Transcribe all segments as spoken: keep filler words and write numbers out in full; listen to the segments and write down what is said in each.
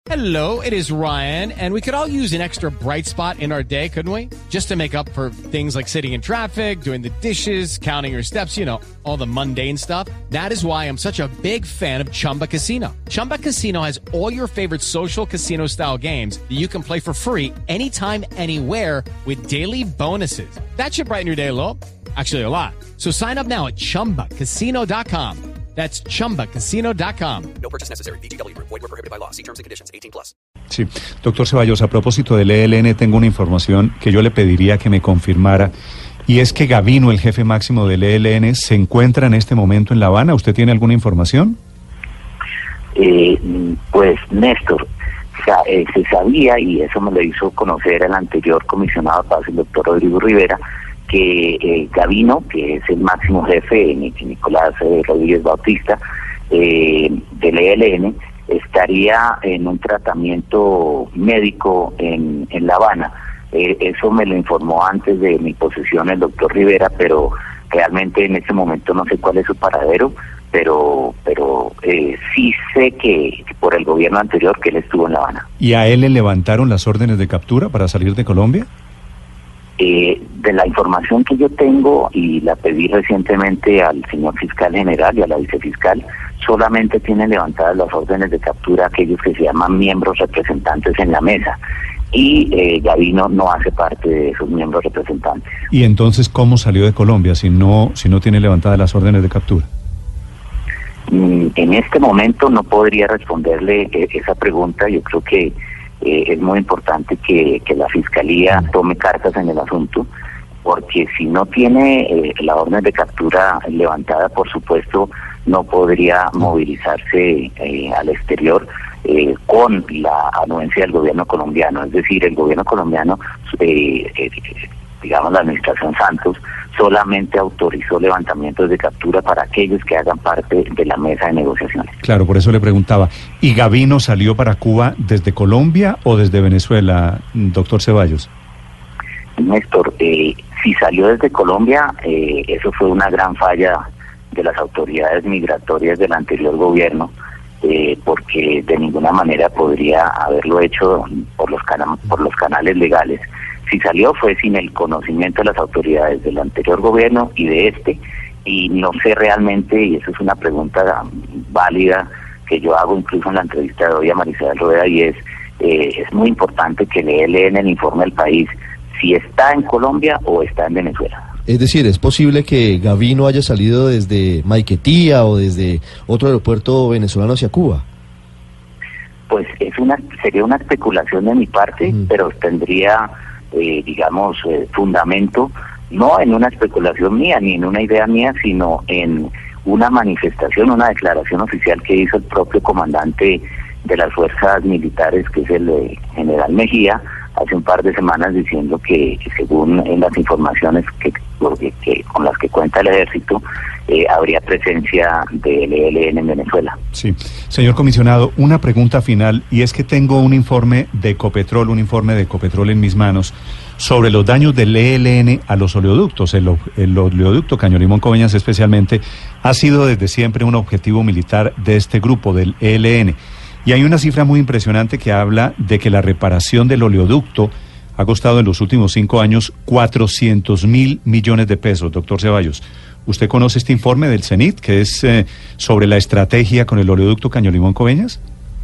Hello, it is Ryan, and we could all use an extra bright spot in our day, couldn't we? Just to make up for things like sitting in traffic, doing the dishes, counting your steps, you know, all the mundane stuff. That is why I'm such a big fan of Chumba Casino. Chumba Casino has all your favorite social casino-style games that you can play for free anytime, anywhere with daily bonuses. That should brighten your day a little. Actually, a lot. So sign up now at chumba casino dot com. That's chumba casino dot com. No purchase necessary. V G W Group. Void where prohibited by law. See terms and conditions. eighteen plus. Sí, doctor Ceballos, a propósito del E L N, tengo una información que yo le pediría que me confirmara, y es que Gavino, el jefe máximo del E L N, se encuentra en este momento en La Habana. ¿Usted tiene alguna información? Eh, pues, Néstor, sa- eh, se sabía, y eso me lo hizo conocer el anterior comisionado de paz, el doctor Rodrigo Rivera, que eh, Gavino, que es el máximo jefe, Nicolás eh, Rodríguez Bautista, eh, del E L N, estaría en un tratamiento médico en, en La Habana. Eh, eso me lo informó antes de mi posesión el doctor Rivera, pero realmente en este momento no sé cuál es su paradero, pero pero eh, sí sé que por el gobierno anterior que él estuvo en La Habana. ¿Y a él le levantaron las órdenes de captura para salir de Colombia? Eh, de la información que yo tengo, y la pedí recientemente al señor fiscal general y a la vicefiscal, solamente tienen levantadas las órdenes de captura aquellos que se llaman miembros representantes en la mesa, y eh, Gavino no hace parte de esos miembros representantes. ¿Y entonces cómo salió de Colombia si no, si no tiene levantadas las órdenes de captura? Mm, en este momento no podría responderle eh, esa pregunta. Yo creo que Eh, es muy importante que, que la Fiscalía tome cartas en el asunto, porque si no tiene eh, la orden de captura levantada, por supuesto, no podría movilizarse eh, al exterior eh, con la anuencia del gobierno colombiano. Es decir, el gobierno colombiano, eh, eh, digamos la administración Santos, solamente autorizó levantamientos de captura para aquellos que hagan parte de la mesa de negociaciones. Claro, por eso le preguntaba. ¿Y Gavino salió para Cuba desde Colombia o desde Venezuela, doctor Ceballos? Néstor, eh, si salió desde Colombia, eh, eso fue una gran falla de las autoridades migratorias del anterior gobierno, eh, porque de ninguna manera podría haberlo hecho por los cana- por los canales legales. Si salió fue sin el conocimiento de las autoridades del anterior gobierno y de este, y no sé realmente, y eso es una pregunta válida que yo hago incluso en la entrevista de hoy a Marisabel Rueda, y es, eh, es muy importante que el E L N le informe al país si está en Colombia o está en Venezuela. Es decir, ¿es posible que Gavino haya salido desde Maiquetía o desde otro aeropuerto venezolano hacia Cuba? Pues es una sería una especulación de mi parte, mm. pero tendría, eh, digamos, eh, fundamento, no en una especulación mía ni en una idea mía, sino en una manifestación, una declaración oficial que hizo el propio comandante de las fuerzas militares, que es el eh, general Mejía, hace un par de semanas, diciendo que, según en las informaciones que, que con las que cuenta el ejército, eh, habría presencia del E L N en Venezuela. Sí, señor comisionado, una pregunta final, y es que tengo un informe de Ecopetrol, un informe de Ecopetrol en mis manos, sobre los daños del E L N a los oleoductos. El, el oleoducto Caño Limón-Coveñas especialmente ha sido desde siempre un objetivo militar de este grupo, del E L N. Y hay una cifra muy impresionante que habla de que la reparación del oleoducto ha costado en los últimos cinco años cuatrocientos mil millones de pesos, doctor Ceballos. ¿Usted conoce este informe del CENIT, que es eh, sobre la estrategia con el oleoducto Caño Limón-Coveñas?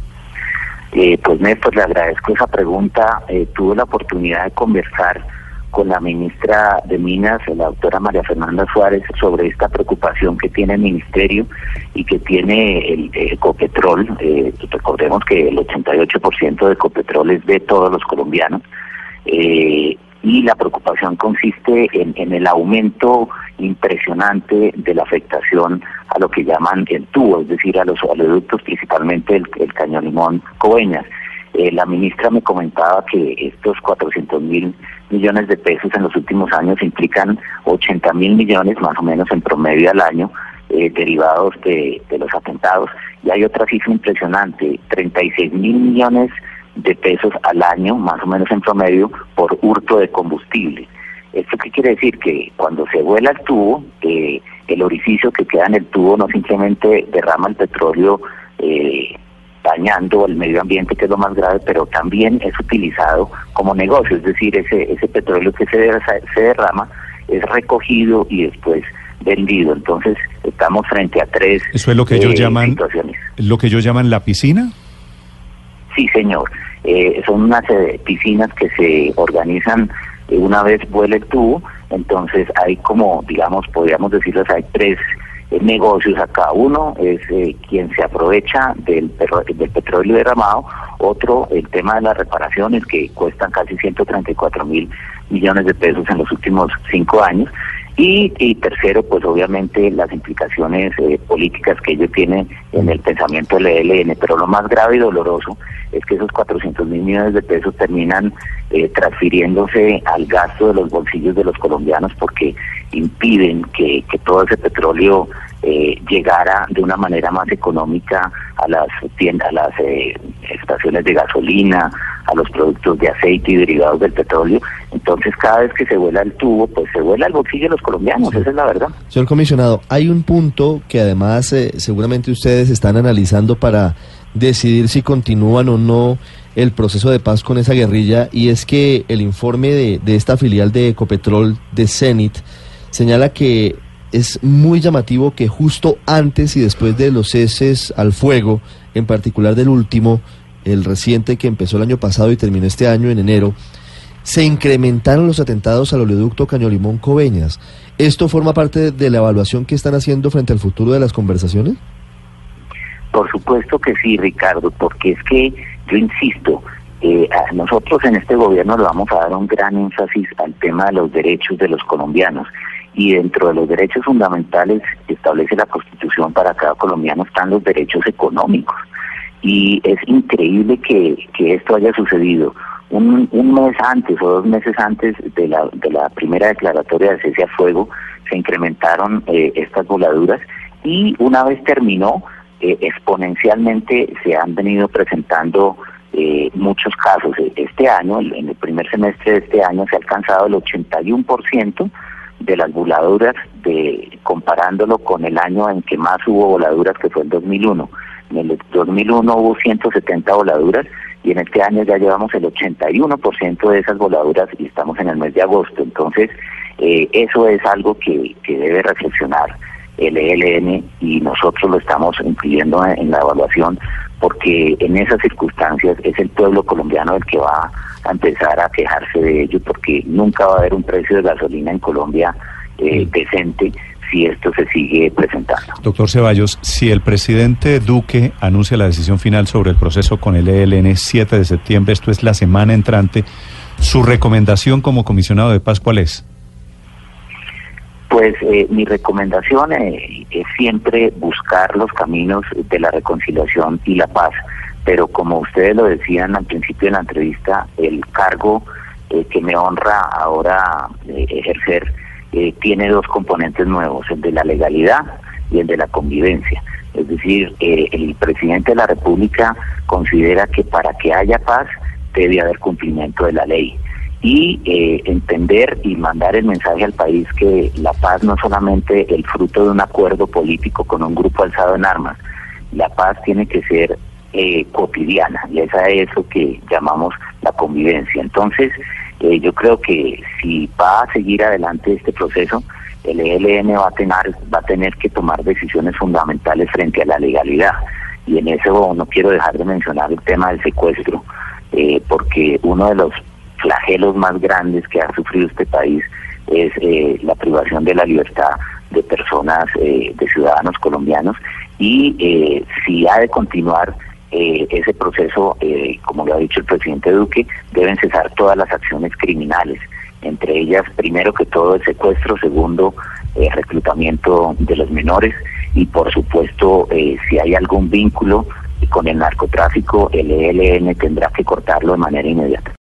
Eh, pues Néstor, le agradezco esa pregunta. Eh, tuve la oportunidad de conversar con la ministra de Minas, la doctora María Fernanda Suárez, sobre esta preocupación que tiene el ministerio y que tiene el, el Ecopetrol. Eh, recordemos que el ochenta y ocho por ciento de Ecopetrol es de todos los colombianos, eh, y la preocupación consiste en, en el aumento impresionante de la afectación a lo que llaman el tubo, es decir, a los oleoductos, principalmente el, el Caño Limón-Coveñas. Eh, la ministra me comentaba que estos cuatrocientos mil millones de pesos en los últimos años implican ochenta mil millones más o menos en promedio al año, eh, derivados de, de los atentados. Y hay otra cifra impresionante, treinta y seis mil millones de pesos al año más o menos en promedio por hurto de combustible. ¿Esto qué quiere decir? Que cuando se vuela el tubo, eh, el orificio que queda en el tubo no simplemente derrama el petróleo eh, dañando el medio ambiente, que es lo más grave, pero también es utilizado como negocio, es decir, ese ese petróleo que se, der, se derrama es recogido y después vendido. Entonces estamos frente a tres eso es lo que ellos eh, llaman situaciones. Lo que ellos llaman la piscina. Sí, señor. Eh, son unas eh, piscinas que se organizan eh, una vez vuela el tubo. Entonces hay como, digamos, podríamos decirles, hay tres eh, negocios acá. Uno es eh, quien se aprovecha del, perro, del petróleo derramado. Otro, el tema de las reparaciones, que cuestan casi ciento treinta y cuatro mil millones de pesos en los últimos cinco años. Y, y tercero, pues obviamente las implicaciones eh, políticas que ellos tienen en el pensamiento del E L N. Pero lo más grave y doloroso es que esos cuatrocientos mil millones de pesos terminan eh, transfiriéndose al gasto de los bolsillos de los colombianos, porque impiden que, que todo ese petróleo eh, llegara de una manera más económica a las tiendas, a las eh, estaciones de gasolina, a los productos de aceite y derivados del petróleo. Entonces cada vez que se vuela el tubo, pues se vuela el bolsillo de los colombianos, sí. Esa es la verdad. Señor comisionado, hay un punto que además eh, seguramente ustedes están analizando para decidir si continúan o no el proceso de paz con esa guerrilla, y es que el informe de, de esta filial de Ecopetrol, de Cenit, señala que es muy llamativo que justo antes y después de los ceses al fuego, en particular del último, el reciente que empezó el año pasado y terminó este año en enero, se incrementaron los atentados al oleoducto Caño-Limón-Coveñas. ¿Esto forma parte de la evaluación que están haciendo frente al futuro de las conversaciones? Por supuesto que sí, Ricardo, porque es que yo insisto, eh, a nosotros en este gobierno le vamos a dar un gran énfasis al tema de los derechos de los colombianos, y dentro de los derechos fundamentales que establece la Constitución para cada colombiano están los derechos económicos. Y es increíble que, que esto haya sucedido un, un mes antes o dos meses antes de la, de la primera declaratoria de cese a fuego. Se incrementaron eh, estas voladuras, y una vez terminó, eh, exponencialmente se han venido presentando eh, muchos casos. Este año, en el primer semestre de este año, se ha alcanzado el ochenta y uno por ciento de las voladuras, de, comparándolo con el año en que más hubo voladuras, que fue el dos mil uno. En el dos mil uno hubo ciento setenta voladuras, y en este año ya llevamos el ochenta y uno por ciento de esas voladuras, y estamos en el mes de agosto. Entonces, eh, eso es algo que, que debe reflexionar el E L N, y nosotros lo estamos incluyendo en, en la evaluación, porque en esas circunstancias es el pueblo colombiano el que va a empezar a quejarse de ello, porque nunca va a haber un precio de gasolina en Colombia eh, decente si esto se sigue presentando. Doctor Ceballos, si el presidente Duque anuncia la decisión final sobre el proceso con el E L N siete de septiembre, esto es la semana entrante, ¿su recomendación como comisionado de paz cuál es? Pues eh, mi recomendación eh, es siempre buscar los caminos de la reconciliación y la paz, pero como ustedes lo decían al principio de la entrevista, el cargo eh, que me honra ahora eh, ejercer eh, tiene dos componentes nuevos, el de la legalidad y el de la convivencia. Es decir, eh, el presidente de la República considera que para que haya paz debe haber cumplimiento de la ley, y eh, entender y mandar el mensaje al país que la paz no es solamente el fruto de un acuerdo político con un grupo alzado en armas. La paz tiene que ser eh, cotidiana, y esa es eso que llamamos la convivencia. Entonces, eh, yo creo que si va a seguir adelante este proceso, el E L N va a tener, va a tener que tomar decisiones fundamentales frente a la legalidad, y en eso no quiero dejar de mencionar el tema del secuestro, eh, porque uno de los flagelos más grandes que ha sufrido este país es eh, la privación de la libertad de personas, eh, de ciudadanos colombianos, y eh, si ha de continuar eh, ese proceso, eh, como lo ha dicho el presidente Duque, deben cesar todas las acciones criminales, entre ellas, primero que todo, el secuestro, segundo, eh, reclutamiento de los menores, y por supuesto, eh, si hay algún vínculo con el narcotráfico, el E L N tendrá que cortarlo de manera inmediata.